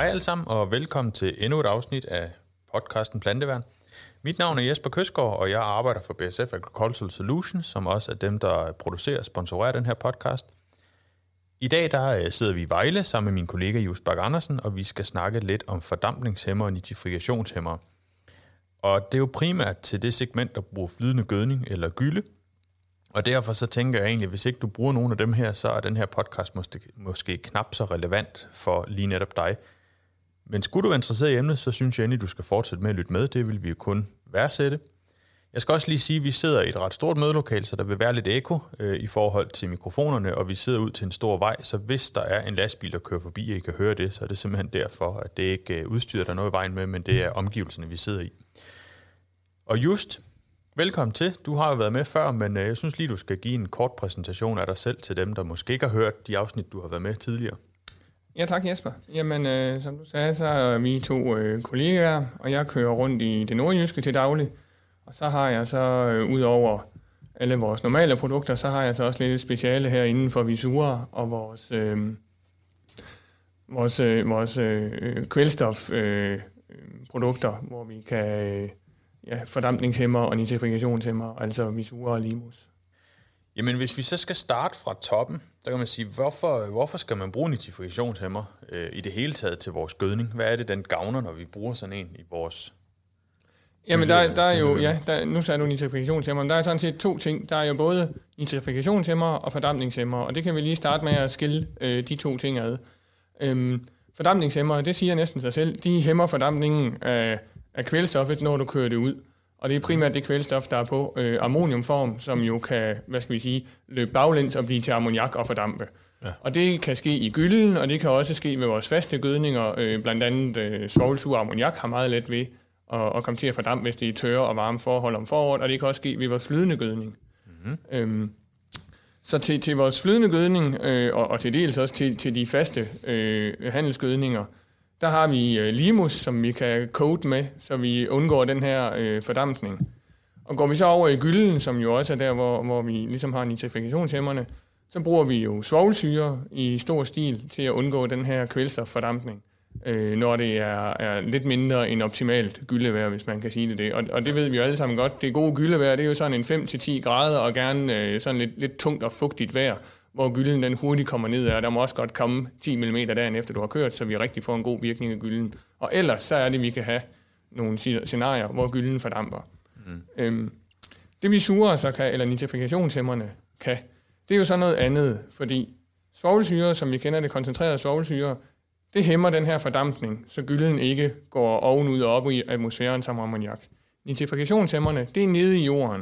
Hej alle sammen, og velkommen til endnu et afsnit af podcasten Planteværn. Mit navn er Jesper Køsgaard, og jeg arbejder for BASF Agricultural Solutions, som også er dem, der producerer og sponsorerer den her podcast. I dag der sidder vi i Vejle sammen med min kollega Just Bak Andersen, og vi skal snakke lidt om fordampningshæmmer og nitrifikationshæmmer. Og det er jo primært til det segment, der bruger flydende gødning eller gylde. Og derfor så tænker jeg egentlig, at hvis ikke du bruger nogen af dem her, så er den her podcast måske knap så relevant for lige netop dig. Men skulle du være interesseret i emnet, så synes jeg endelig, du skal fortsætte med at lytte med. Det vil vi jo kun værdsætte. Jeg skal også lige sige, at vi sidder i et ret stort mødelokale, så der vil være lidt ekko i forhold til mikrofonerne, og vi sidder ud til en stor vej, så hvis der er en lastbil, der kører forbi, og I kan høre det, så er det simpelthen derfor, at det ikke udstyrer der noget i vejen med, men det er omgivelserne, vi sidder i. Og Just, velkommen til. Du har jo været med før, men jeg synes lige, du skal give en kort præsentation af dig selv til dem, der måske ikke har hørt de afsnit, du har været med tidligere. Ja, tak Jesper. Jamen, som du sagde, så er vi to kollegaer, og jeg kører rundt i det nordjyske til daglig. Og så har jeg så, ud over alle vores normale produkter, så har jeg så også lidt speciale her inden for Visura og vores kvælstofprodukter, hvor vi kan fordampningshæmmer og nitrifikationshæmmer, altså Visura og Limus. Jamen, hvis vi så skal starte fra toppen, der kan man sige, hvorfor skal man bruge nitrifikationshæmmer i det hele taget til vores gødning? Hvad er det, den gavner, når vi bruger sådan en i vores... Jamen, der er jo, nu sagde du nitrifikationshæmmer, men der er sådan set to ting. Der er jo både nitrifikationshæmmer og fordampningshæmmer, og det kan vi lige starte med at skille de to ting ad. Fordampningshæmmer, det siger næsten sig selv, de hæmmer fordampningen af kvælstoffet, når du kører det ud. Og det er primært det kvælstof, der er på ammoniumform, som jo kan, løbe baglæns og blive til ammoniak og fordampe. Ja. Og det kan ske i gylden, og det kan også ske med vores faste gødninger. Blandt andet svovlsur ammoniak har meget let ved at komme til at fordampe, hvis det er tørre og varme forhold om foråret, og det kan også ske ved vores flydende gødning. Mm-hmm. Så til vores flydende gødning, og til dels også til de faste handelsgødninger, der har vi Limus, som vi kan coat med, så vi undgår den her fordampning. Og går vi så over i gylden, som jo også er der, hvor vi ligesom har nitrifikationshæmmerne, så bruger vi jo svovlsyre i stor stil til at undgå den her kvælstoffordampning, når det er lidt mindre end optimalt gyldevejr, hvis man kan sige det. Og det ved vi jo alle sammen godt. Det gode gyldevejr, det er jo sådan en 5-10 grader, og gerne sådan lidt tungt og fugtigt vejr, hvor gylden den hurtigt kommer ned, og der må også godt komme 10 mm dagen efter du har kørt, så vi rigtig får en god virkning af gylden. Og ellers så er det, vi kan have nogle scenarier, hvor gylden fordamper. Det Visura så kan, eller nitrifikationshæmmerne kan, det er jo så noget andet, fordi svovlsyre, som vi kender det koncentrerede svovlsyre, det hæmmer den her fordampning, så gylden ikke går ovenud og op i atmosfæren som ammoniak. Nitrifikationshæmmerne, det er nede i jorden.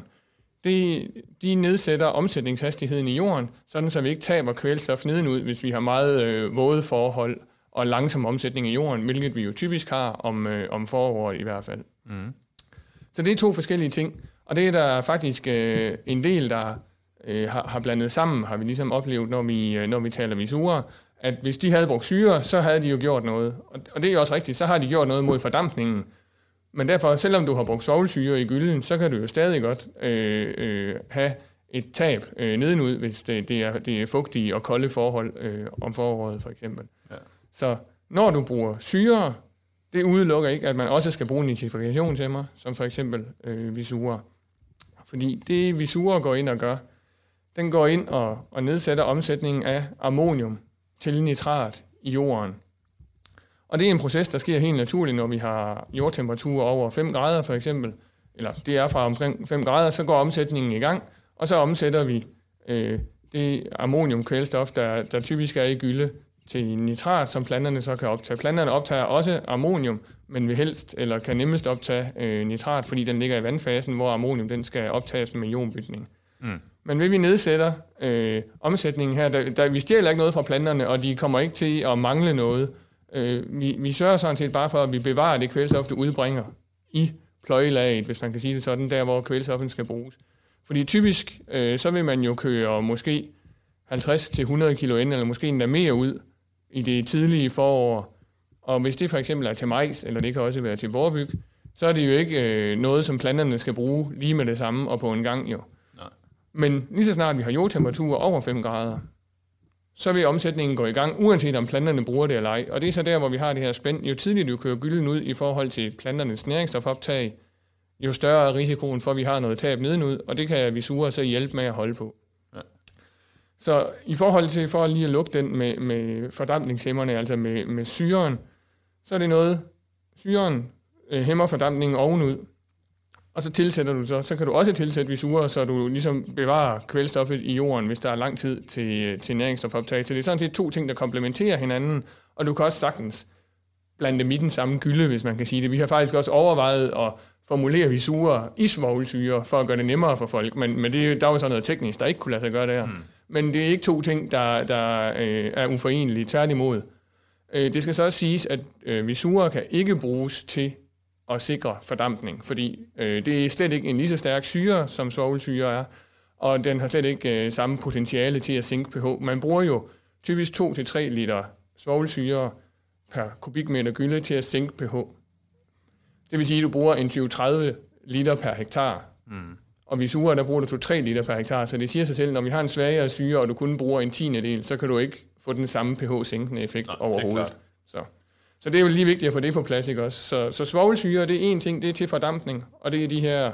De nedsætter omsætningshastigheden i jorden, sådan så vi ikke taber kvælstof nedenud, hvis vi har meget våde forhold og langsom omsætning i jorden, hvilket vi jo typisk har om foråret i hvert fald. Mm. Så det er to forskellige ting, og det er der faktisk en del, der har blandet sammen, har vi ligesom oplevet, når vi taler Visura, at hvis de havde brugt syre, så havde de jo gjort noget. Og det er jo også rigtigt, så har de gjort noget mod fordampningen. Men derfor, selvom du har brugt svovlsyre i gylden, så kan du jo stadig godt have et tab nedenud, hvis det er fugtige og kolde forhold om foråret for eksempel. Ja. Så når du bruger syre, det udelukker ikke, at man også skal bruge nitrifikationshæmmer, som for eksempel Visura. Fordi det Visura går ind og gør, den går ind og nedsætter omsætningen af ammonium til nitrat i jorden. Og det er en proces, der sker helt naturligt, når vi har jordtemperaturer over 5 grader for eksempel, eller det er fra omkring 5 grader, så går omsætningen i gang, og så omsætter vi det ammoniumkvælstof, der typisk er i gylde, til nitrat, som planterne så kan optage. Planterne optager også ammonium, men vil helst, eller kan nemmest optage nitrat, fordi den ligger i vandfasen, hvor ammonium den skal optages med ionbytning. Mm. Men hvis vi nedsætter omsætningen her, vi stjæler ikke noget fra planterne, og de kommer ikke til at mangle noget. Vi sørger sådan set bare for, at vi bevarer det kvælstof, det udbringer i pløjelaget, hvis man kan sige det sådan, der hvor kvælstoffen skal bruges. Fordi typisk, så vil man jo køre måske 50-100 kilo ind, eller måske endda mere ud i det tidlige forår. Og hvis det for eksempel er til majs, eller det kan også være til vorbyg, så er det jo ikke noget, som planterne skal bruge lige med det samme og på en gang jo. Nej. Men lige så snart vi har jordtemperaturer over 5 grader, så vil omsætningen gå i gang, uanset om planterne bruger det eller ej. Og det er så der, hvor vi har det her spænd. Jo tidligere du kører gylden ud i forhold til planternes næringsstofoptag, jo større er risikoen for, at vi har noget tab nedenud, og det kan Visura så hjælpe med at holde på. Ja. Så i forhold til, for lige at lukke den med fordampningshæmmerne, altså med syren, så er det noget, syren hæmmer fordampningen ovenud, og så tilsætter du så kan du også tilsætte Visura, så du ligesom bevarer kvælstoffet i jorden, hvis der er lang tid til næringsstofoptag. Så det er sådan set 2 ting, der komplementerer hinanden, og du kan også sagtens blande dem i den samme gylde, hvis man kan sige det. Vi har faktisk også overvejet at formulere Visura i svovlsyre, for at gøre det nemmere for folk, men der var så noget teknisk, der ikke kunne lade sig gøre der. Men det er ikke 2 ting, der er uforenelige, tværtimod. Det skal så også siges, at Visura kan ikke bruges til at sikre fordampning, fordi det er slet ikke en lige så stærk syre, som svovlsyre er, og den har slet ikke samme potentiale til at sænke pH. Man bruger jo typisk 2-3 liter svovlsyre per kubikmeter gylde til at sænke pH. Det vil sige, at du bruger en 20-30 liter per hektar. Og Visura, der bruger du 2-3 liter per hektar, så det siger sig selv, når vi har en svagere syre, og du kun bruger en 10. så kan du ikke få den samme pH-sænkende effekt overhovedet. Så det er jo lige vigtigt at få det på plads, ikke også? Så svovlsyre, det er en ting, det er til fordampning, og det er de her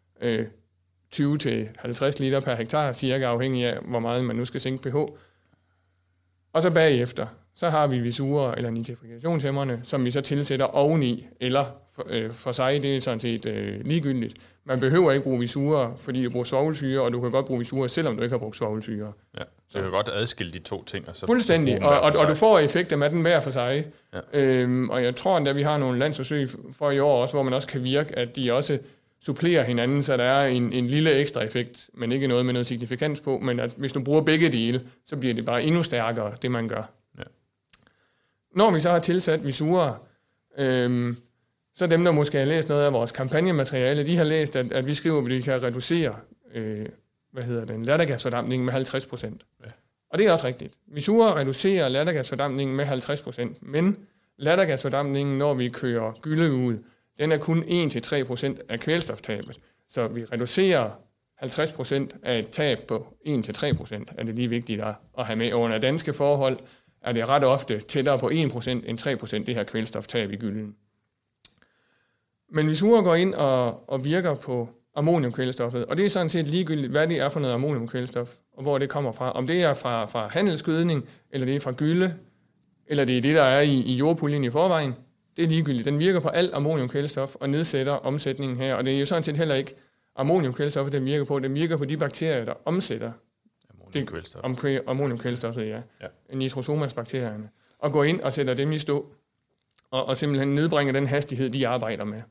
20-50 liter per hektar, cirka afhængig af, hvor meget man nu skal sænke pH. Og så bagefter, så har vi Visura eller nitrifikationshæmmerne, som vi så tilsætter oveni, eller for sig, det er sådan set ligegyldigt. Man behøver ikke bruge Visura, fordi du bruger svovlsyre, og du kan godt bruge Visura, selvom du ikke har brugt svovlsyre. Ja, så du kan godt adskille de 2 ting. Og så fuldstændig, og du får effekten af den hver for sig. Ja. Og jeg tror endda, vi har nogle landsforsøg for i år også, hvor man også kan virke, at de også supplerer hinanden, så der er en lille ekstra effekt, men ikke noget med noget signifikans på, men at hvis du bruger begge dele, så bliver det bare endnu stærkere, det man gør. Ja. Når vi så har tilsat Visura, så dem, der måske har læst noget af vores kampagnemateriale, de har læst, at vi skriver, at vi kan reducere lattergasfordampningen med 50%. Ja. Og det er også rigtigt. Visura reducerer lattergasfordampningen med 50%, men lattergasfordampningen, når vi kører gylde ud, den er kun 1-3% af kvælstoftabet. Så vi reducerer 50% af et tab på 1-3%, er det lige vigtigt at have med. Under danske forhold er det ret ofte tættere på 1% end 3% det her kvælstoftab i gylden. Men Visura går ind og virker på ammoniumkvælstoffet, og det er sådan set ligegyldigt, hvad det er for noget ammoniumkvælstof, og hvor det kommer fra. Om det er fra handelsgødning, eller det er fra gylde, eller det er det, der er i jordpuljen i forvejen, det er ligegyldigt. Den virker på al ammoniumkvælstof og nedsætter omsætningen her, og det er jo sådan set heller ikke ammoniumkvælstoffet, den virker på. Den virker på de bakterier, der omsætter ammoniumkvælstoffet, ja. Nitrosomas-bakterierne, og går ind og sætter dem i stå, og simpelthen nedbringer den hastighed, de arbejder med.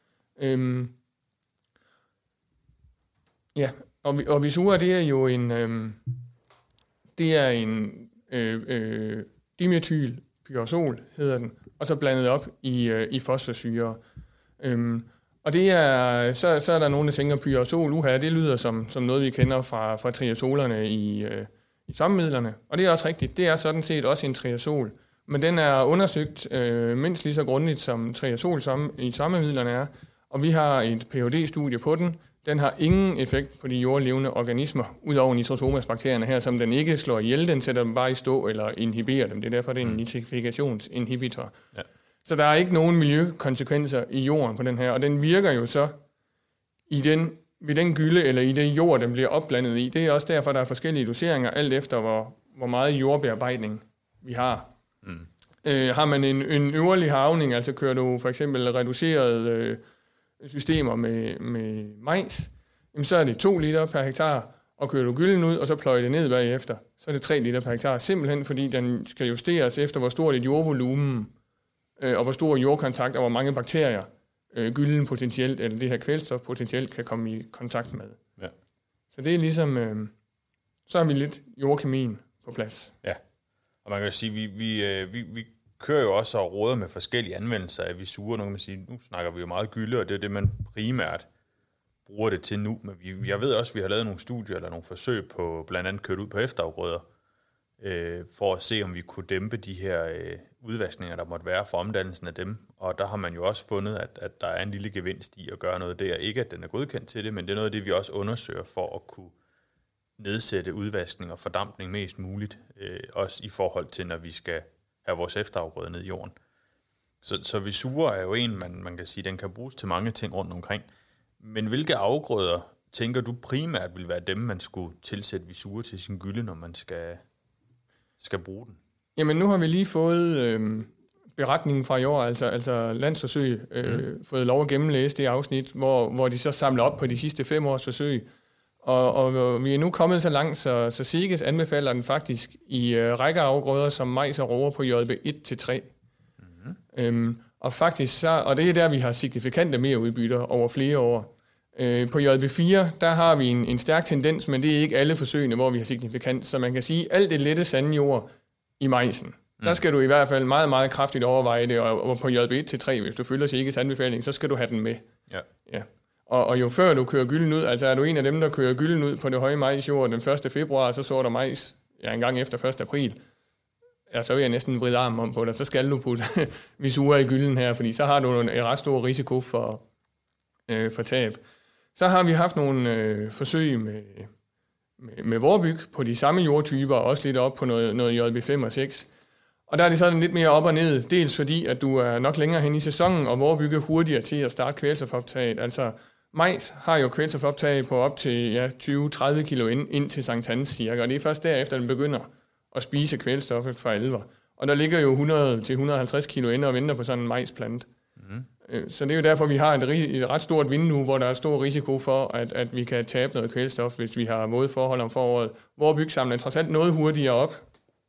Og Visura, det er jo en dimethylpyrazol, hedder den, og så blandet op i fosforsyre. Og det er, så er der nogen, der tænker, pyrazol, det lyder som noget, vi kender fra triazolerne i svampemidlerne. Og det er også rigtigt, det er sådan set også en triazol. Men den er undersøgt mindst lige så grundigt, som triazol i svampemidlerne er. Og vi har et Ph.D.-studie på den. Den har ingen effekt på de jordlevende organismer, udover nitrosomas-bakterierne her, som den ikke slår ihjel. Den sætter dem bare i stå eller inhiberer dem. Det er derfor, det er en nitrifikationsinhibitor. Ja. Så der er ikke nogen miljøkonsekvenser i jorden på den her. Og den virker jo så ved den gylde eller i det jord, den bliver opblandet i. Det er også derfor, der er forskellige doseringer, alt efter hvor meget jordbearbejdning vi har. Har man en øverlig harvning, altså kører du for eksempel reducerede systemer med majs, så er det 2 liter per hektar, og kører du gylden ud, og så pløjer det ned bagefter, så er det 3 liter per hektar, simpelthen fordi den skal justeres efter, hvor stort et jordvolumen, og hvor stor jordkontakt, og hvor mange bakterier gylden potentielt, eller det her kvælstof potentielt, kan komme i kontakt med. Ja. Så det er ligesom, så har vi lidt jordkemien på plads. Ja. Og man kan jo sige, vi kører jo også og råder med forskellige anvendelser af Visura. Nu kan man sige, nu snakker vi jo meget gylde, og det er det, man primært bruger det til nu. Men jeg ved også, at vi har lavet nogle studier eller nogle forsøg på blandt andet kørt ud på efterafgrøder, for at se, om vi kunne dæmpe de her udvaskninger, der måtte være for omdannelsen af dem. Og der har man jo også fundet, at der er en lille gevinst i at gøre noget der. Ikke at den er godkendt til det, men det er noget af det, vi også undersøger for at kunne nedsætte udvaskning og fordampning mest muligt, også i forhold til, når vi skal have vores efterafgrøder ned i jorden. Så visura er jo en, man kan sige, den kan bruges til mange ting rundt omkring. Men hvilke afgrøder tænker du primært vil være dem, man skulle tilsætte visura til sin gylde, når man skal bruge den? Jamen nu har vi lige fået beretningen fra i år, altså landsforsøg, fået lov at gennemlæse det afsnit, hvor de så samler op på de sidste 5 års forsøg. Og vi er nu kommet så langt, så SIGES anbefaler den faktisk i række afgrøder som majs og roer på JB 1-3. Og faktisk og det er der, vi har signifikante mere udbytter over flere år. På JB 4, der har vi en stærk tendens, men det er ikke alle forsøgene, hvor vi har signifikant. Så man kan sige, alt det lette sandjord i majsen, der skal du i hvert fald meget, meget kraftigt overveje det, og på JB 1-3, hvis du følger SIGES anbefaling, så skal du have den med. Ja. Og jo før du kører gylden ud, altså er du en af dem, der kører gylden ud på det høje majsjord den 1. februar, så der majs en gang efter 1. april, så vil jeg næsten vride armen om på dig, så skal du putte visura i gylden her, fordi så har du en ret stor risiko for tab. Så har vi haft nogle forsøg med vorbyg på de samme jordtyper, og også lidt op på noget JB 5 og 6. Og der er det sådan lidt mere op og ned, dels fordi, at du er nok længere hen i sæsonen, og vorbyg er hurtigere til at starte kvælstofoptaget. Altså majs har jo kvælstofoptag på op til 20-30 kilo ind til Sankt Hans cirka, og det er først derefter, den begynder at spise kvælstoffet for alvor. Og der ligger jo 100-150 kilo inde og venter på sådan en majsplante. Så det er jo derfor, vi har et ret stort vindue, hvor der er stor risiko for, at vi kan tabe noget kvælstof, hvis vi har våde forhold om foråret. Vorbyg samler trods alt noget hurtigere op.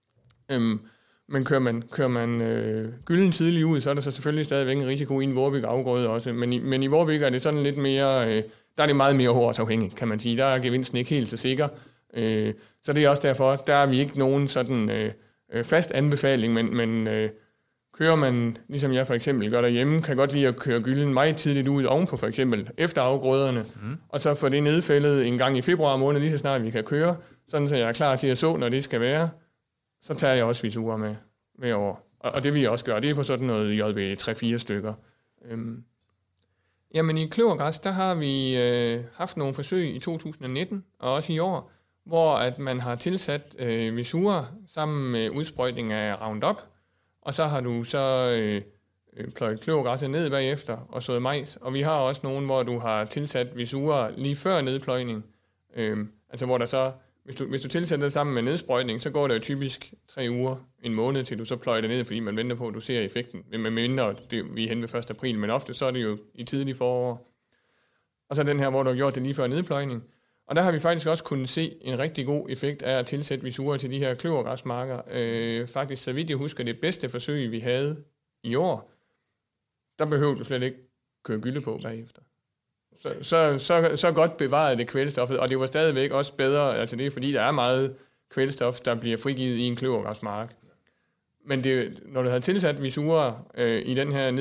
Men kører man gylden tidligt ud, så er der så selvfølgelig stadigvæk en risiko i en vorbyg afgrøde også. Men i vorbyg er det sådan lidt mere, der er det meget mere årsafhængigt, kan man sige. Der er gevinsten ikke helt så sikker. Så det er også derfor, der er vi ikke nogen sådan fast anbefaling, men kører man, ligesom jeg for eksempel gør derhjemme, kan godt lide at køre gylden meget tidligt ud ovenpå for eksempel efterafgrøderne, og så få det nedfældet en gang i februar måned, lige så snart vi kan køre, sådan så jeg er klar til at så, når det skal være. Så tager jeg også visura med hver år. Og det vil jeg også gøre. Det er på sådan noget JB 3-4 stykker. Jamen i kløvergræs, der har vi haft nogle forsøg i 2019, og også i år, hvor at man har tilsat visura sammen med udsprøjtning af Roundup, og så har du pløjet kløvergræsset ned bagefter og sået majs. Og vi har også nogle, hvor du har tilsat visura lige før nedpløjning. Altså hvor der så, hvis du tilsætter det sammen med nedsprøjtning, så går det jo typisk 3 uger, en måned, til du så pløjer det ned, fordi man venter på, at du ser effekten. Med mindre, vi er hen ved 1. april, men ofte så er det jo i tidlig forår. Og så den her, hvor du har gjort det lige før nedpløjning. Og der har vi faktisk også kunnet se en rigtig god effekt af at tilsætte visura til de her kløvergræsmarker. Faktisk, så vidt jeg husker, det bedste forsøg, vi havde i år, der behøvede du slet ikke køre gylde på bagefter. Så godt bevarede det kvælstoffet, og det var stadigvæk også bedre, altså det er fordi, der er meget kvælstof, der bliver frigivet i en kløvergræsmark. Men når du havde tilsat visura i den her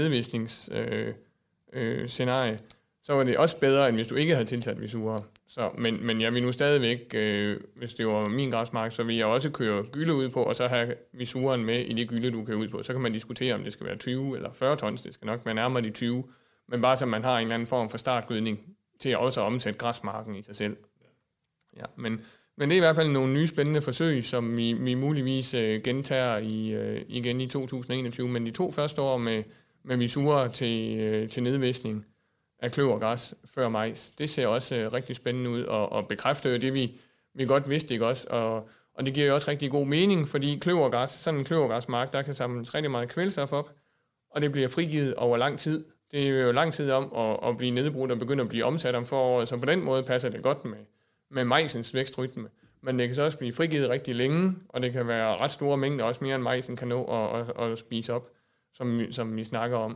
nedvisningsscenarie, så var det også bedre, end hvis du ikke havde tilsat visura. Men jeg vil nu stadigvæk, hvis det var min græsmark, så vil jeg også køre gylde ud på, og så have visuraen med i det gylde, du kører ud på. Så kan man diskutere, om det skal være 20 eller 40 tons. Det skal nok være nærmere de 20. Men bare så man har en eller anden form for startgødning til at også omsætte græsmarken i sig selv. Ja, men det er i hvert fald nogle nye spændende forsøg, som vi muligvis gentager igen i 2021. Men de 2 første år med visura til nedvisning af kløvergræs før majs, det ser også rigtig spændende ud, og bekræfter jo det, vi godt vidste, ikke også? Og det giver jo også rigtig god mening, fordi kløvergræs, sådan en kløvergræsmark, der kan samles rigtig meget kvælstof op, og det bliver frigivet over lang tid. Det er jo lang tid om at blive nedbrudt og begynde at blive omsat om foråret, så på den måde passer det godt med majsens vækstrytme. Men det kan så også blive frigivet rigtig længe, og det kan være ret store mængder, også mere end majsen kan nå at spise op, som vi snakker om.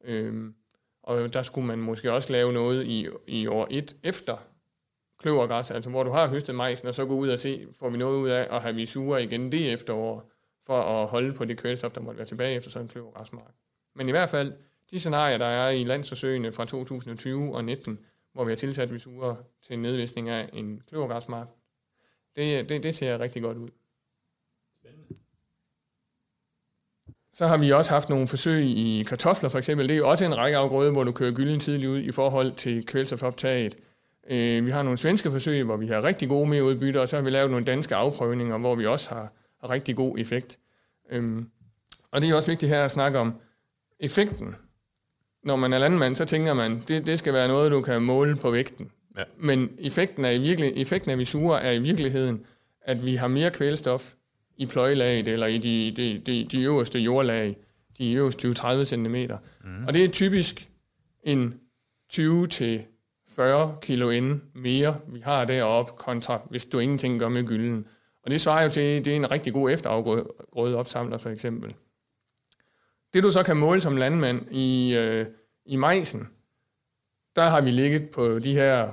Og der skulle man måske også lave noget i år 1 efter kløvergræs, altså hvor du har høstet majsen, og så gå ud og se, får vi noget ud af at have visura igen det efterår, for at holde på det kvælstof, der måtte være tilbage efter sådan en kløvergræsmark. Men i hvert fald, de scenarier, der er i landsforsøgene fra 2020 og 19, hvor vi har tilsat visura til nedvisning af en kløvergræsmark, det ser rigtig godt ud. Så har vi også haft nogle forsøg i kartofler for eksempel. Det er jo også en række afgrøder, hvor du kører gylden tidligt ud i forhold til kvælstofoptaget. Vi har nogle svenske forsøg, hvor vi har rigtig gode merudbytter, og så har vi lavet nogle danske afprøvninger, hvor vi også har rigtig god effekt. Og det er også vigtigt her at snakke om effekten. Når man er landmand, så tænker man, det skal være noget, du kan måle på vægten. Ja. Men effekten af visura er i virkeligheden, at vi har mere kvælstof i pløjelaget, eller i de øverste jordlag, de øverste 20-30 cm. Og det er typisk en 20-40 kilo ende mere, vi har deroppe, kontra hvis du ingenting gør med gylden. Og det svarer jo til, det er en rigtig god efterafgrødeopsamler for eksempel. Det du så kan måle som landmand i majsen, der har vi ligget på de her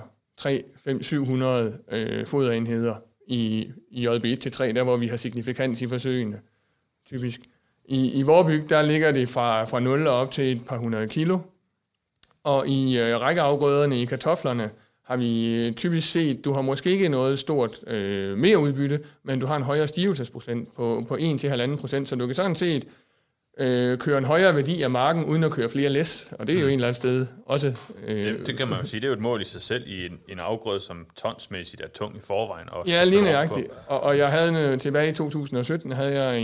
300-700 foderenheder i JB1-3, der hvor vi har signifikans i forsøgene, typisk. I Vorbyg, der ligger det fra 0 og op til et par 100 kilo. Og i rækkeafgrøderne i kartoflerne har vi typisk set, du har måske ikke noget stort mere udbytte, men du har en højere stivelsesprocent på 1-1,5%, så du kan sådan set køre en højere værdi af marken, uden at køre flere læs, og det er jo en eller anden sted også... Det kan man jo sige, det er jo et mål i sig selv i en afgrøde, som tonsmæssigt er tung i forvejen. Også ja, lige nøjagtigt. Og jeg havde tilbage i 2017, havde jeg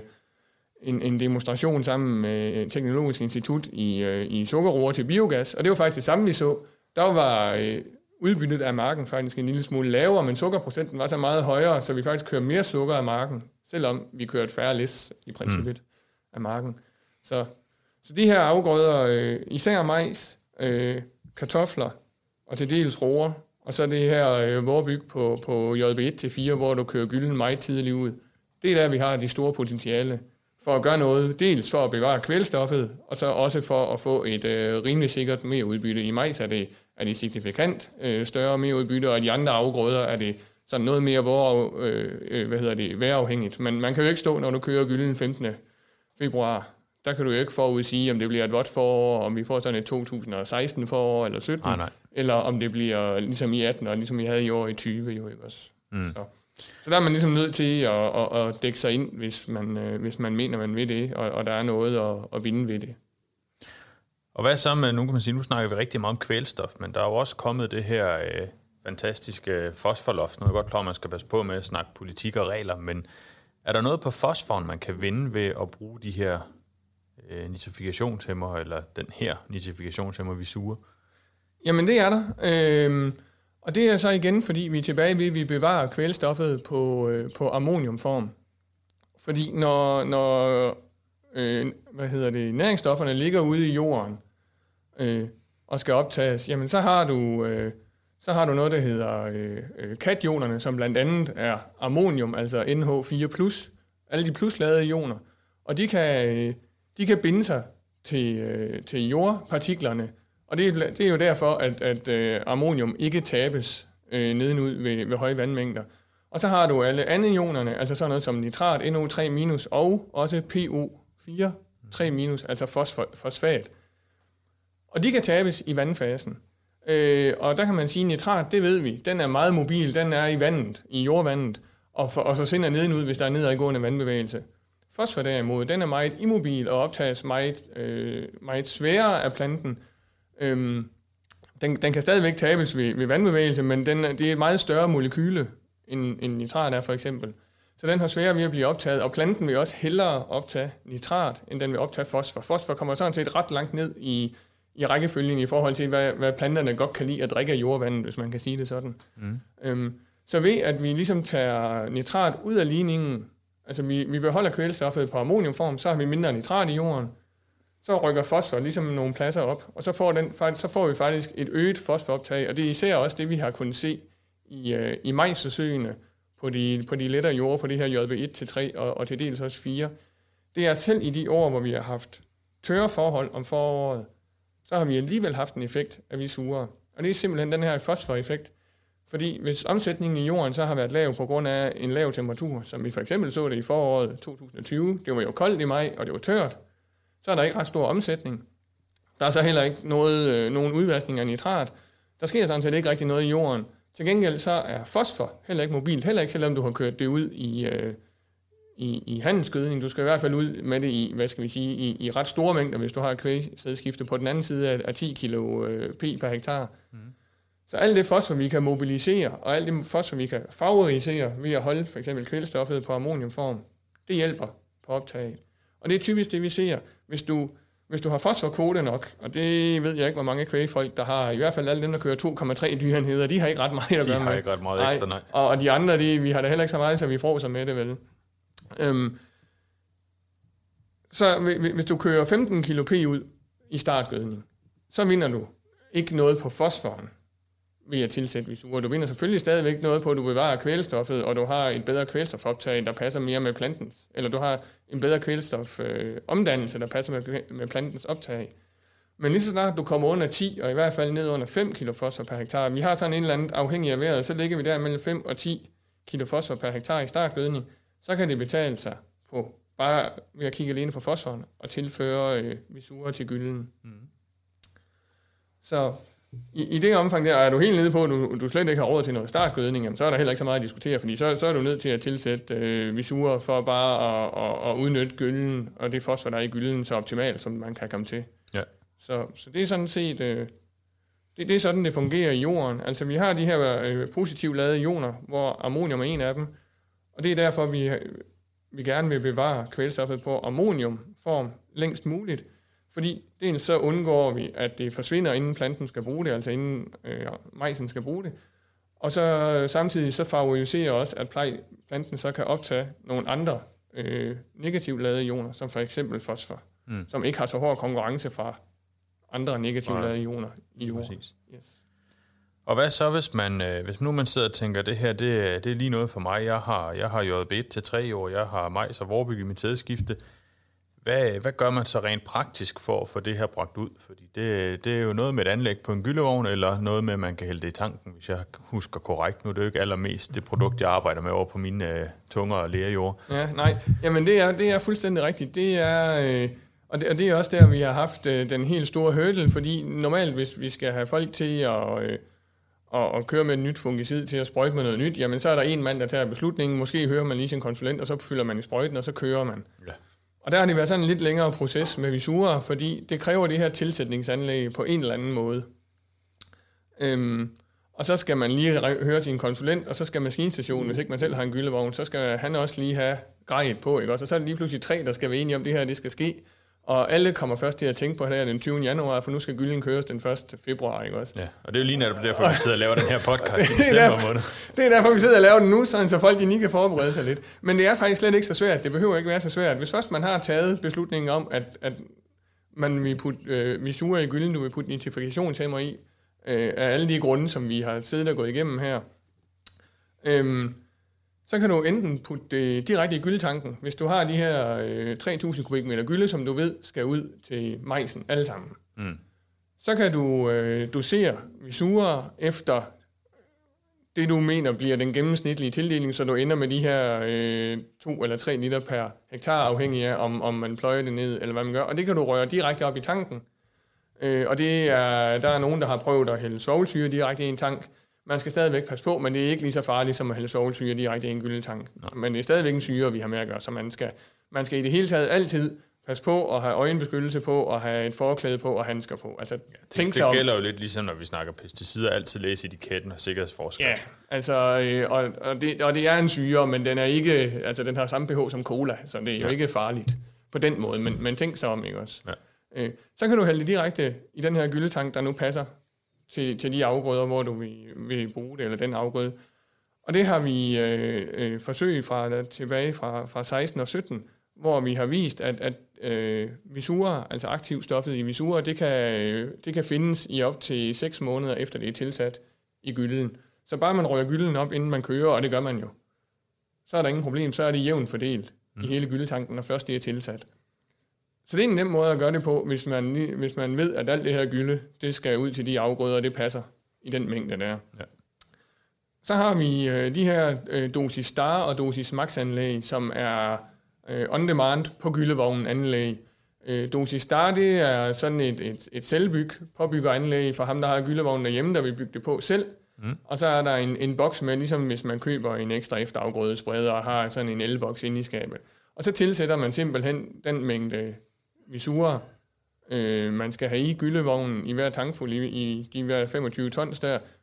en demonstration sammen med Teknologisk Institut i sukkerroer til biogas, og det var faktisk det samme, vi så. Der var udbyttet af marken faktisk en lille smule lavere, men sukkerprocenten var så meget højere, så vi faktisk kørte mere sukker af marken, selvom vi kørte færre læs i princippet af marken. Så de her afgrøder, især majs, kartofler og til dels roer, og så det her Vorbyg på JB1-4, hvor du kører gylden meget tidligt ud. Det er der, vi har de store potentiale for at gøre noget, dels for at bevare kvælstoffet, og så også for at få et rimelig sikkert merudbytte. I majs er det signifikant større merudbytte, og i de andre afgrøder er det sådan noget mere vejrafhængigt. Men man kan jo ikke stå, når du kører gylden 15. februar. Der kan du jo ikke forudsige, om det bliver et vådt forår, om vi får sådan et 2016 forår eller 17, eller om det bliver ligesom i 18, og ligesom vi havde i år i 20, jo ikke også. Så der er man ligesom nødt til at dække sig ind, hvis man mener, man vil det, og der er noget at vinde ved det. Og hvad så med, nu kan man sige, nu snakker vi rigtig meget om kvælstof, men der er jo også kommet det her fantastiske fosforloft. Nu er jeg godt klar, at man skal passe på med at snakke politik og regler, men er der noget på fosforen, man kan vinde ved at bruge de her nitrifikationshæmmer, eller den her nitrifikationshæmmer, visura? Jamen det er der. Og det er så igen, fordi vi er tilbage ved, at vi bevarer kvælstoffet på ammoniumform. Fordi når næringsstofferne ligger ude i jorden og skal optages, jamen så har du noget, der hedder kationerne, som blandt andet er ammonium, altså NH4+, alle de plusladede ioner. Og de kan binde sig til jordpartiklerne. Og det er jo derfor, at ammonium ikke tabes nedenud ved høje vandmængder. Og så har du alle andre ionerne, altså sådan noget som nitrat, NO3- og også PO4, 3-, altså fosfat. Og de kan tabes i vandfasen. Og der kan man sige, at nitrat, det ved vi, den er meget mobil, den er i vandet, i jordvandet, og forsvinder nedenud, hvis der er nedadgående vandbevægelse. Fosfor derimod, den er meget immobil og optages meget sværere af planten. Den kan stadigvæk tabes ved vandbevægelse, men det er et meget større molekyle, end nitrat er for eksempel. Så den har sværere ved at blive optaget, og planten vil også hellere optage nitrat, end den vil optage fosfor. Fosfor kommer sådan set ret langt ned i rækkefølgen i forhold til, hvad planterne godt kan lide at drikke af jordvandet, hvis man kan sige det sådan. Så ved at vi ligesom tager nitrat ud af ligningen, altså vi beholder kvælstoffet på ammoniumform, så har vi mindre nitrat i jorden, så rykker fosfor ligesom nogle pladser op, og så får vi faktisk et øget fosforoptag, og det er især også det, vi har kunnet se i majsforsøgene på de lettere jorder, på det her JB1-3 og til dels også 4. Det er selv i de år, hvor vi har haft tørre forhold om foråret, så har vi alligevel haft en effekt af visura. Og det er simpelthen den her fosforeffekt. Fordi hvis omsætningen i jorden så har været lav på grund af en lav temperatur, som vi for eksempel så det i foråret 2020, det var jo koldt i maj, og det var tørt, så er der ikke ret stor omsætning. Der er så heller ikke nogen udvaskning af nitrat. Der sker sådan set ikke rigtig noget i jorden. Til gengæld så er fosfor heller ikke mobilt, heller ikke selvom du har kørt det ud i handelsgødning. Du skal i hvert fald ud med det i ret store mængder, hvis du har kvægsædskifte på den anden side af 10 kilo P per hektar. Så alt det fosfor, vi kan mobilisere, og alt det fosfor, vi kan favorisere ved at holde for eksempel kvælstoffet på ammoniumform, det hjælper på optaget. Og det er typisk det, vi ser. Hvis du har fosforkvote nok, og det ved jeg ikke, hvor mange kvægfolk, der har, i hvert fald alle dem, der kører 2,3 dyrenheder, de har ikke ret meget at gøre med. De har ikke ret meget ekstra, nej. Og de andre, vi har da heller ikke så meget, så vi fråser med det, vel. Så hvis du kører 15 kilo P ud i startgødning, så vinder du ikke noget på fosforen ved at tilsætte Visura. Du vinder selvfølgelig stadigvæk noget på, at du bevarer kvælstoffet, og du har et bedre kvælstofoptag, der passer mere med plantens, eller du har en bedre kvælstofomdannelse, der passer med plantens optag. Men lige så snart du kommer under 10, og i hvert fald ned under 5 kilo fosfor per hektar, vi har sådan en eller anden afhængig af vejret, så ligger vi der mellem 5 og 10 kilo fosfor per hektar i startgødning, så kan det betale sig på bare ved at kigge alene på fosforen og tilføre Visura til gylden. Så i det omfang der, er du helt nede på, at du slet ikke har råd til noget startgødning, jamen, så er der heller ikke så meget at diskutere, fordi så er du nødt til at tilsætte Visura for bare at udnytte gylden, og det fosfor, der er i gylden, så optimalt, som man kan komme til. Ja. Så det er sådan set, det er sådan, det fungerer i jorden. Altså vi har de her positivt ladede ioner, hvor ammonium er en af dem, og det er derfor, vi gerne vil bevare kvælstoffet på ammoniumform længst muligt, fordi dels så undgår vi, at det forsvinder, inden planten skal bruge det, altså inden majsen skal bruge det. Og så samtidig så favoriserer også, at planten så kan optage nogle andre negativt ladede ioner, som for eksempel fosfor, som ikke har så hård konkurrence fra andre negativt ladede ioner i jorden. Yes. Og hvad så, hvis nu man sidder og tænker, det her det er lige noget for mig, jeg har JB 1 til 3 år, jeg har majs og vorbyg i mit sædeskifte. Hvad gør man så rent praktisk for at få det her bragt ud? Fordi det er jo noget med et anlæg på en gyllevogn, eller noget med, at man kan hælde det i tanken, hvis jeg husker korrekt. Nu er det jo ikke allermest det produkt, jeg arbejder med over på mine tunger og lerjord. Ja, nej. Jamen det er fuldstændig rigtigt. Det er, og det er også der, vi har haft den helt store hurdle, fordi normalt, hvis vi skal have folk til at køre med et nyt fungicid til at sprøjte med noget nyt, jamen så er der en mand, der tager beslutningen. Måske hører man lige sin konsulent, og så fylder man i sprøjten, og så kører man. Ja. Og der har det været sådan en lidt længere proces med Visura, fordi det kræver det her tilsætningsanlæg på en eller anden måde. Og så skal man lige høre sin konsulent, og så skal maskinstationen, hvis ikke man selv har en gyllevogn, så skal han også lige have grejet på, ikke? Og så er det lige pludselig 3, der skal være enige om det her, det skal ske. Og alle kommer først til at tænke på det her den 20. januar, for nu skal gylden køres den 1. februar, ikke også? Ja, og det er jo lige netop derfor, vi sidder og laver den her podcast i december måned. Det er derfor, vi sidder og laver den nu, så folk lige kan forberede sig lidt. Men det er faktisk slet ikke så svært. Det behøver ikke være så svært. Hvis først man har taget beslutningen om, at man vil putte Visura i gylden, du vil putte nitrifikationshæmmer i, af alle de grunde, som vi har siddet og gået igennem her, så kan du enten putte det direkte i gyldetanken, hvis du har de her 3.000 kubikmeter gylde, som du ved skal ud til majsen alle sammen. Så kan du dosere Visura efter det, du mener bliver den gennemsnitlige tildeling, så du ender med de her 2 eller 3 liter per hektar, afhængig af, om man pløjer det ned, eller hvad man gør. Og det kan du røre direkte op i tanken. Og der er nogen, der har prøvet at hælde svovlsyre direkte i en tank. Man skal stadigvæk passe på, men det er ikke lige så farligt som at hælde svovlsyre direkte i en gyldetank. Men det er stadigvæk en syre, vi har med at gøre, så man skal i det hele taget altid passe på at have øjenbeskyttelse på, og have et forklæde på og handsker på. Altså, det gælder jo lidt ligesom, når vi snakker pesticider, altid læse etiketten og sikkerhedsforskrifter. Ja, altså, og det er en syre, men den er ikke, altså den har samme pH som cola, så det er jo ikke farligt på den måde, men tænk så om, ikke også? Ja. Så kan du hælde det direkte i den her gyldetank, der nu passer til de afgrøder, hvor du vil bruge det, eller den afgrøde. Og det har vi forsøgt tilbage fra 16 og 17, hvor vi har vist, at Visura, altså aktivstoffet i Visura, det kan findes i op til 6 måneder efter det er tilsat i gylden. Så bare man rører gylden op, inden man kører, og det gør man jo, så er der ingen problem, så er det jævnt fordelt i hele gyldetanken, når først det er tilsat. Så det er en nem måde at gøre det på, hvis man ved, at alt det her gylde, det skal ud til de afgrøder, og det passer i den mængde, der er. Ja. Så har vi de her dosis star og dosis max anlæg, som er on demand på gyllevognen anlæg. Dosis star, det er sådan et påbyggeranlæg for ham, der har gyllevognen derhjemme, der vil bygge det på selv. Og så er der en boks med, ligesom hvis man køber en ekstra efterafgrødespreder og har sådan en elboks inde i skabet. Og så tilsætter man simpelthen den mængde Visura, man skal have i gyllevognen i hver tankfuld i de hver 25 tons der,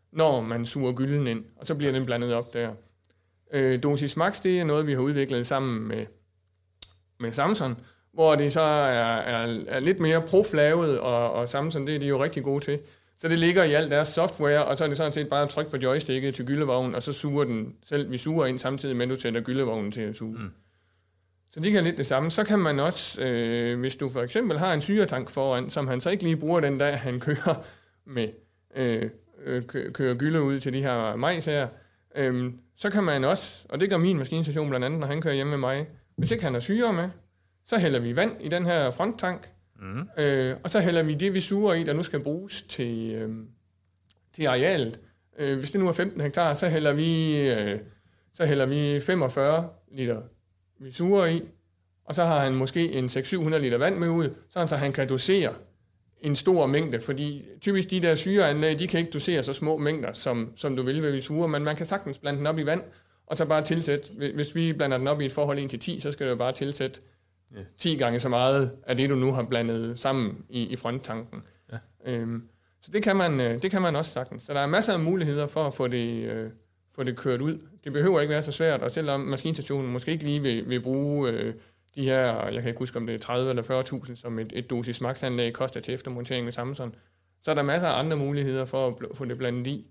når man suger gylden ind, og så bliver den blandet op der. Dosis Max, det er noget, vi har udviklet sammen med Samson, hvor det så er lidt mere proflavet, og Samson, det er de jo rigtig gode til. Så det ligger i alt deres software, og så er det sådan set bare at trykke på joysticket til gyllevognen, og så suger den selv. Vi suger ind samtidig med, at du sætter gyllevognen til at suge. Så det kan lidt det samme. Så kan man også, hvis du for eksempel har en syretank foran, som han så ikke lige bruger den dag, han kører med kører gylde ud til de her majs her, så kan man også, og det gør min maskinstation blandt andet, når han kører hjemme med mig, hvis ikke han har syre med, så hælder vi vand i den her fronttank, og så hælder vi det, vi suger i, der nu skal bruges til arealet. Hvis det nu er 15 hektar, så hælder vi 45 liter, vi suger i, og så har han måske en 600-700 liter vand med ud, så han kan dosere en stor mængde, fordi typisk de der syreanlæg, de kan ikke dosere så små mængder, som du vil ved vi suger, men man kan sagtens blande den op i vand, og så bare tilsætte, hvis vi blander den op i et forhold 1-10, så skal du bare tilsætte 10 gange så meget af det, du nu har blandet sammen i fronttanken. Ja. Så det kan man også sagtens. Så der er masser af muligheder for at få det kørt ud. Det behøver ikke være så svært, og selvom maskinstationen måske ikke lige vil bruge de her, jeg kan ikke huske om det er 30 eller 40.000, som et Dosis Max-anlæg koster til eftermontering med Samson, så er der masser af andre muligheder for at få det blandet i.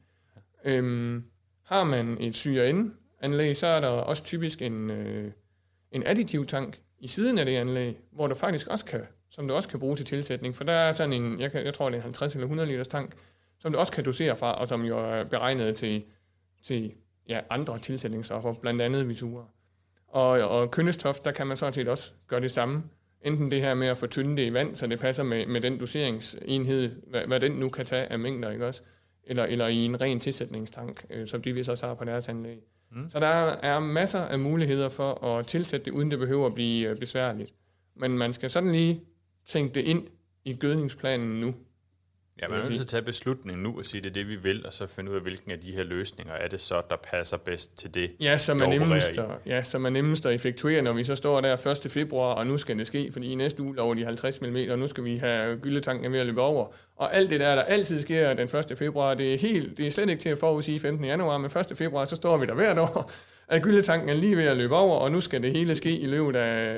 Har man et syre-ind-anlæg, så er der også typisk en additiv-tank i siden af det anlæg, hvor du faktisk også som du også kan bruge til tilsætning, for der er sådan en, jeg tror det er en 50 eller 100 liters tank, som du også kan dosere fra, og som jo er beregnet til andre tilsætningsstoffer, blandt andet visurer. Og kønnestof, der kan man sådan set også gøre det samme. Enten det her med at fortynde det i vand, så det passer med den doseringsenhed, hvad den nu kan tage af mængder, ikke også? Eller i en ren tilsætningstank, som de vist også har på deres anlæg. Så der er masser af muligheder for at tilsætte det, uden det behøver at blive besværligt. Men man skal sådan lige tænke det ind i gødningsplanen nu. Ja, man er nødt til at tage beslutningen nu og sige, det er det, vi vil, og så finde ud af, hvilken af de her løsninger er det så, der passer bedst til det, som er nemmest at effektuere, når vi så står der 1. februar, og nu skal det ske, fordi i næste uge over de 50 mm, og nu skal vi have gyldetanken ved at løbe over. Og alt det der altid sker den 1. februar, det er slet ikke til at forudsige 15. januar, men 1. februar, så står vi der hvert år, at gyldetanken er lige ved at løbe over, og nu skal det hele ske i løbet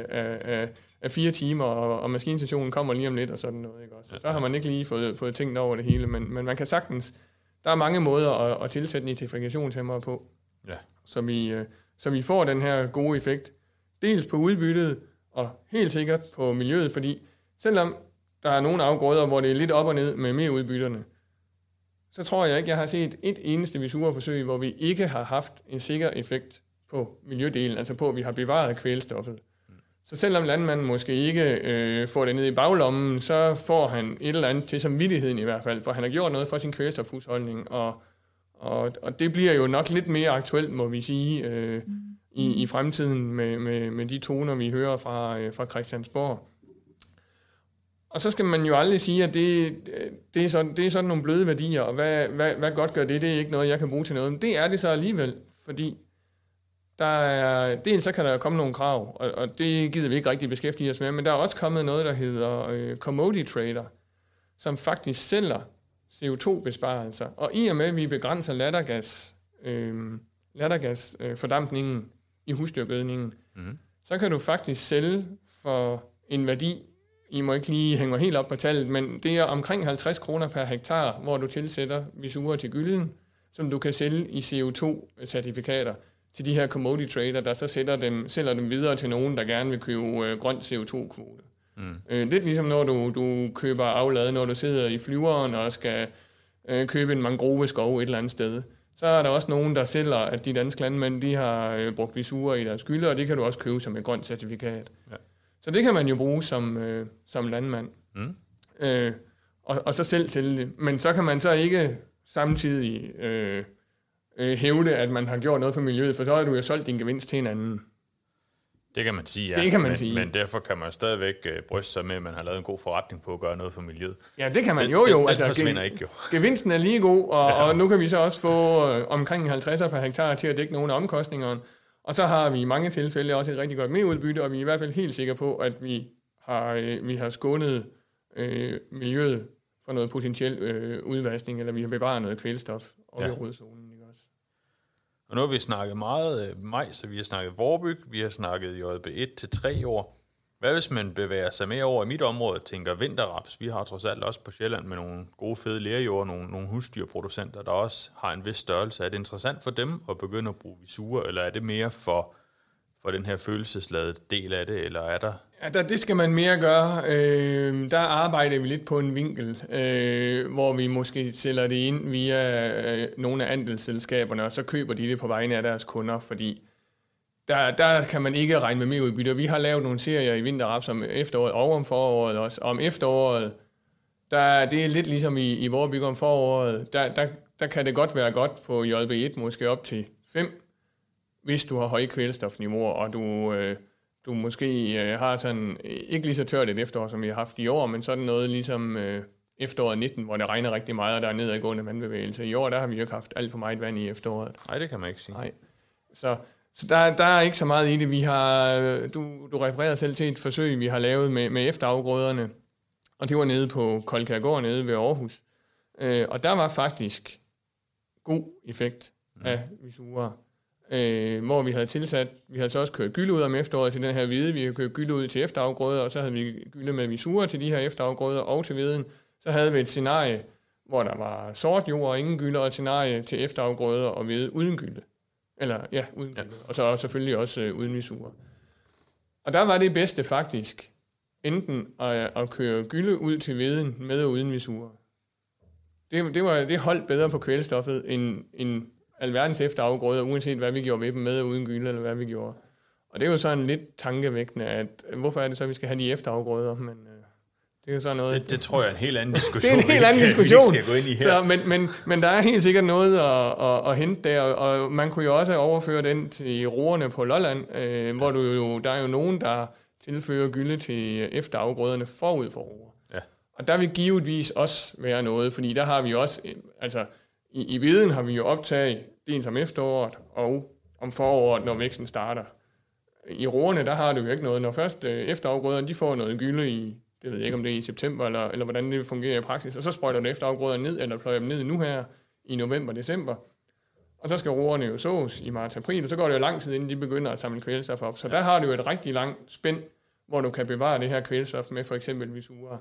af 4 timer, og maskinstationen kommer lige om lidt, og sådan noget. Ikke også? Så har man ikke lige fået tænkt over det hele, men man kan sagtens, der er mange måder at tilsætte nitrifikationshæmmere på, så vi får den her gode effekt, dels på udbyttet, og helt sikkert på miljøet, fordi selvom der er nogle afgrøder, hvor det er lidt op og ned med mere udbytterne, så tror jeg ikke, jeg har set et eneste visureforsøg, hvor vi ikke har haft en sikker effekt på miljødelen, altså på, at vi har bevaret kvælstoffet. Så selvom landmanden måske ikke får det ned i baglommen, så får han et eller andet til samvittigheden i hvert fald, for han har gjort noget for sin kvælstofhusholdning, og det bliver jo nok lidt mere aktuelt, må vi sige, i fremtiden med de toner, vi hører fra Christiansborg. Og så skal man jo aldrig sige, at det er sådan nogle bløde værdier, og hvad godt gør det er ikke noget, jeg kan bruge til noget. Men det er det så alligevel, fordi dels så kan der komme nogle krav, og det gider vi ikke rigtig beskæftige os med, men der er også kommet noget, der hedder Commodity Trader, som faktisk sælger CO2-besparelser. Og i og med, at vi begrænser lattergasfordampningen i husdyrgødningen, så kan du faktisk sælge for en værdi, I må ikke lige hænge helt op på tallet, men det er omkring 50 kroner per hektar, hvor du tilsætter visurer til gylden, som du kan sælge i CO2-certifikater til de her commodity trader, der så sælger dem videre til nogen, der gerne vil købe grøn CO2-kvote. Lidt ligesom når du køber aflad, når du sidder i flyveren og skal købe en mangroveskov et eller andet sted. Så er der også nogen, der sælger, at de danske landmænd, de har brugt visurer i deres gylde, og det kan du også købe som et grønt certifikat. Ja. Så det kan man jo bruge som landmand. Og så selv sælge det. Men så kan man så ikke samtidig hævde, at man har gjort noget for miljøet, for så har du jo solgt din gevinst til en anden. Det kan man sige, ja. Det kan man sige. Men derfor kan man stadigvæk bryste sig med, at man har lavet en god forretning på at gøre noget for miljøet. Ja, det kan man jo. Den forsvinder ikke jo. Gevinsten er lige god, og nu kan vi så også få omkring 50 per hektar til at dække nogle af omkostningerne. Og så har vi i mange tilfælde også et rigtig godt merudbytte, og vi er i hvert fald helt sikre på, at vi har skånet miljøet for noget potentiel udvaskning, eller vi har bevaret noget kvælstof. i rodzonen, ikke også? Og nu har vi snakket meget majs, og vi har snakket Vorbyg, vi har snakket JB 1 til 3 år. Hvad hvis man bevæger sig mere over i mit område og tænker vinterraps? Vi har trods alt også på Sjælland med nogle gode fede lerjord, nogle husdyrproducenter, der også har en vis størrelse. Er det interessant for dem at begynde at bruge Visura, eller er det mere for den her følelsesladede del af det, eller er der? Ja, det skal man mere gøre. Der arbejder vi lidt på en vinkel, hvor vi måske sælger det ind via nogle af andelsselskaberne, og så køber de det på vegne af deres kunder, fordi der kan man ikke regne med mere udbytte. Vi har lavet nogle serier i vinterraps om efteråret og om foråret også. Om efteråret, det er lidt ligesom i vores bygge om foråret, der kan det godt være godt på JB1, måske op til 5, hvis du har høje kvælstofniveauer, og du måske har sådan, ikke lige så tørt et efterår, som vi har haft i år, men sådan noget ligesom efteråret 19, hvor det regner rigtig meget, og der er nedadgående vandbevægelse. I år, der har vi jo ikke haft alt for meget vand i efteråret. Nej, det kan man ikke sige. Nej. Så der er ikke så meget i det. Vi har, du refererer selv til et forsøg, vi har lavet med efterafgrøderne, og det var nede på Koldkærgård nede ved Aarhus. Og der var faktisk god effekt af Visura. Hvor vi havde tilsat, vi havde så også kørt gylde ud om efteråret til den her hvide, vi havde kørt gylde ud til efterafgrøder, og så havde vi gylde med Visura til de her efterafgrøder og til hviden. Så havde vi et scenarie, hvor der var sort jord og ingen gylde, og et scenarie til efterafgrøder og hvide uden gylde. Uden gylde. Og så selvfølgelig også uden Visura. Og der var det bedste faktisk, enten at køre gylde ud til hviden med og uden Visura. Det holdt bedre på kvælstoffet end alverdens efterafgrøder, uanset hvad vi gjorde med dem, med og uden gylde, eller hvad vi gjorde. Og det er jo sådan lidt tankevækkende, at hvorfor er det så, at vi skal have de efterafgrøder, men det er jo sådan noget... Det tror jeg er en helt anden diskussion. Det er en helt anden diskussion. Vi skal gå ind i her. Så, men der er helt sikkert noget at hente der, og man kunne jo også overføre den til roerne på Lolland, hvor der er jo nogen, der tilfører gylde til efterafgrøderne forud for roer. Ja. Og der vil givetvis også være noget, fordi der har vi også... Altså, i viden har vi jo optaget dels om efteråret og om foråret, når væksten starter. I roerne, der har du jo ikke noget. Når først efterafgrøderne, de får noget gylde i, det ved jeg ikke om det er i september, eller hvordan det fungerer i praksis, og så sprøjter du efterafgrøderne ned, eller pløjer dem ned nu her i november, december. Og så skal roerne jo sås i marts-april, og så går det jo lang tid, inden de begynder at samle kvælstof op. Så der har du jo et rigtig langt spænd, hvor du kan bevare det her kvælstof med for eksempel Visura.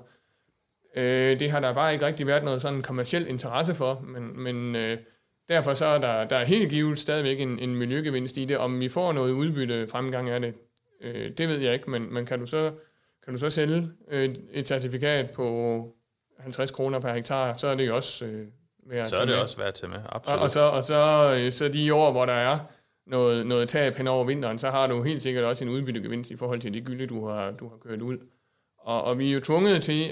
Det har der bare ikke rigtig været noget sådan kommerciel interesse for, men derfor så er der helt givet stadigvæk en miljøgevinst i det. Om vi får noget udbytte fremgang af det, det ved jeg ikke, men kan du så sælge et certifikat på 50 kroner per hektar, så er det jo også værd til med. Så er det også værd til med, absolut. Og så de år, hvor der er noget tab hen over vinteren, så har du helt sikkert også en udbyttegevinst i forhold til det gylde, du har kørt ud. Og vi er jo tvunget til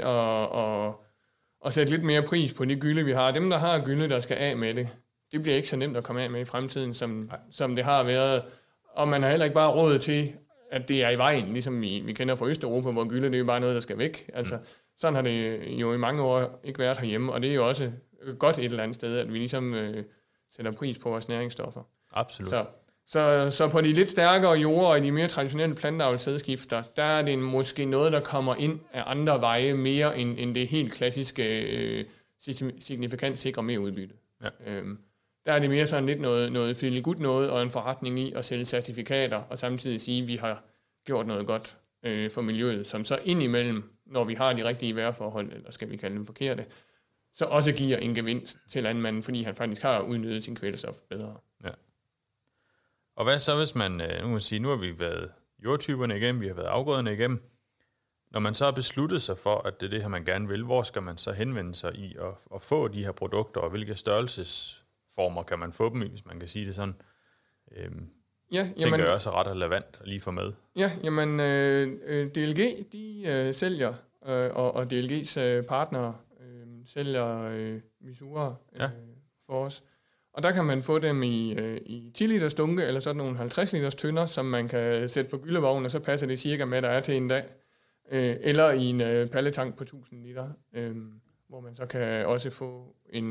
at sætte lidt mere pris på de gylde, vi har. Dem, der har gylde, der skal af med det, det bliver ikke så nemt at komme af med i fremtiden, som det har været. Og man har heller ikke bare råd til, at det er i vejen, ligesom vi kender fra Østeuropa, hvor gylde, det er jo bare noget, der skal væk. Altså, sådan har det jo i mange år ikke været herhjemme, og det er jo også godt et eller andet sted, at vi ligesom sætter pris på vores næringsstoffer. Absolut. Så på de lidt stærkere jorder og de mere traditionelle planteavlssædskifter, der er det måske noget, der kommer ind af andre veje mere end det helt klassiske signifikant sikre mere udbytte. Ja. Der er det mere sådan lidt noget feel-good noget og en forretning i at sælge certifikater og samtidig sige, at vi har gjort noget godt for miljøet, som så indimellem, når vi har de rigtige vejrforhold, eller skal vi kalde dem forkerte, så også giver en gevinst til landmanden, fordi han faktisk har udnyttet sin kvælstof bedre. Ja. Og hvad så, hvis man, nu har vi været jordtyperne igennem, vi har været afgrøderne igennem. Når man så har besluttet sig for, at det er det her, man gerne vil, hvor skal man så henvende sig i at få de her produkter, og hvilke størrelsesformer kan man få dem i, hvis man kan sige det sådan? Tænker jeg også er ret relevant at lige få med. Ja, jamen DLG, de sælger, og DLG's partnere sælger Visura for os. Og der kan man få dem i 10 liters dunke, eller sådan nogle 50 liters tønder, som man kan sætte på gyldevognen, og så passer det cirka med, der er til en dag. Eller i en palletank på 1000 liter, hvor man så kan også få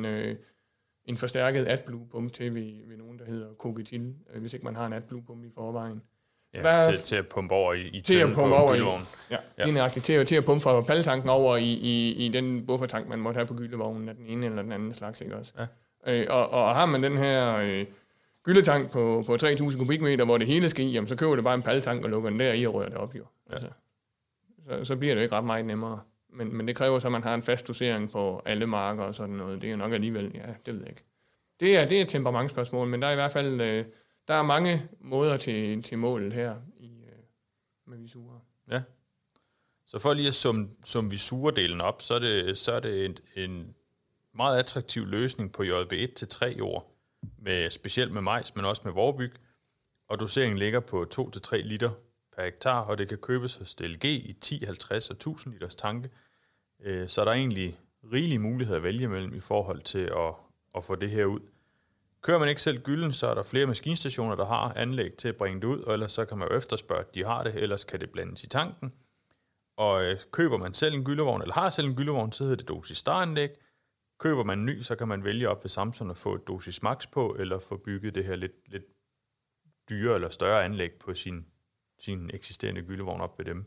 en forstærket AdBlue-pumpe til ved nogen, der hedder Cogetil, hvis ikke man har en AdBlue-pumpe i forvejen. Så til at pumpe over i tønden på gyldevognen. Til at pumpe fra palletanken over i den buffertank, man måtte have på gyldevognen af den ene eller den anden slags, ikke også? Ja. Og har man den her gyldetank på 3.000 kubikmeter, hvor det hele skal i, jamen, så køber det bare en paltank og lukker den der i og rører det op. Jo. Ja. Altså, så bliver det jo ikke ret meget nemmere. Men det kræver så, at man har en fast dosering på alle marker og sådan noget. Det er nok alligevel, ja, det ved jeg ikke. Det er et temperamentsspørgsmål, men der er i hvert fald der er mange måder til målet her med visurer. Ja. Så for lige at summe visurdelen op, så er det en meget attraktiv løsning på JB 1-3 jord, specielt med majs, men også med vorbyg. Og doseringen ligger på 2-3 liter per hektar, og det kan købes hos DLG i 10, 50 og 1000 liters tanke. Så der er egentlig rigelige muligheder at vælge mellem i forhold til at få det her ud. Kører man ikke selv gylden, så er der flere maskinstationer, der har anlæg til at bringe det ud, og ellers så kan man jo efterspørge, at de har det, ellers kan det blandes i tanken. Og køber man selv en gyldevogn, eller har selv en gyldevogn, så hedder det dosis staranlæg. Køber man en ny, så kan man vælge op ved Samsung at få et dosis max på, eller få bygget det her lidt dyre eller større anlæg på sin eksisterende gyldevogn op ved dem.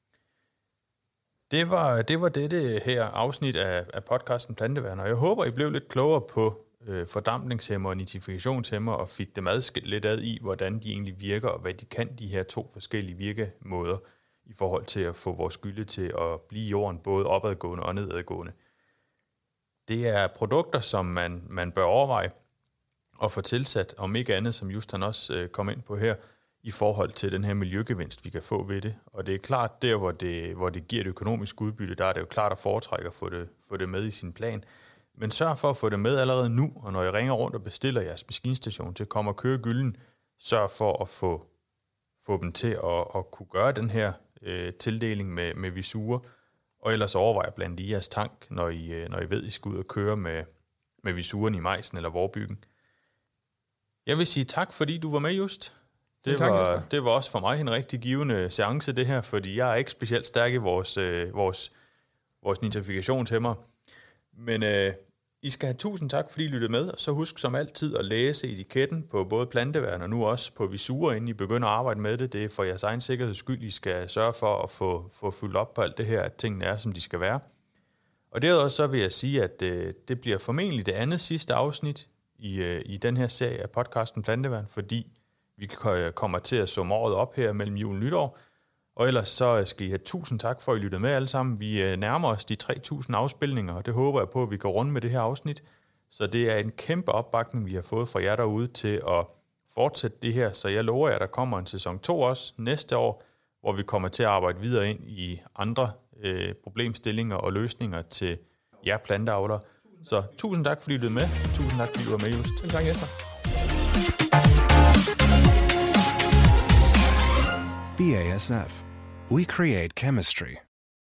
Det var dette her afsnit af podcasten Planteværn, og jeg håber, I blev lidt klogere på fordampningshæmmer og nitrifikationshæmmer, og fik dem adskilt lidt ad i, hvordan de egentlig virker, og hvad de kan, de her 2 forskellige virkemåder, i forhold til at få vores gylde til at blive i jorden, både opadgående og nedadgående. Det er produkter, som man bør overveje at få tilsat, om ikke andet, som just han også kom ind på her, i forhold til den her miljøgevinst, vi kan få ved det. Og det er klart, der hvor det giver et økonomisk udbytte, der er det jo klart at foretrække at få det med i sin plan. Men sørg for at få det med allerede nu, og når I ringer rundt og bestiller jeres maskinstation til at komme og køre gylden, sørg for at få dem til at kunne gøre den her tildeling med visurer, og ellers overvej blandt i jeres tank, når I ved, I skal ud og køre med visuren i majsen eller vorbyggen. Jeg vil sige tak, fordi du var med, Just. Det var også for mig en rigtig givende seance, det her, fordi jeg er ikke specielt stærk i vores nitrifikationshæmmer. Men I skal have tusind tak, fordi I lyttede med, og så husk som altid at læse etiketten på både Planteværn og nu også på visurer, inden I begynder at arbejde med det. Det er for jeres egen sikkerheds skyld, I skal sørge for at få fyldt op på alt det her, at tingene er, som de skal være. Og derudover så vil jeg sige, at det bliver formentlig det andet sidste afsnit i den her serie af podcasten Planteværn, fordi vi kommer til at summe året op her mellem jul og nytår. Og ellers så skal I have tusind tak for, at I lyttede med alle sammen. Vi nærmer os de 3.000 afspilninger, og det håber jeg på, at vi kan runde med det her afsnit. Så det er en kæmpe opbakning, vi har fået fra jer derude til at fortsætte det her. Så jeg lover jer, at der kommer en sæson 2 også næste år, hvor vi kommer til at arbejde videre ind i andre problemstillinger og løsninger til jer planteavlere. Så tusind tak, fordi I lyttede med. Tusind tak, fordi du var med, Just. Tak, Jesper. BASF. We create chemistry.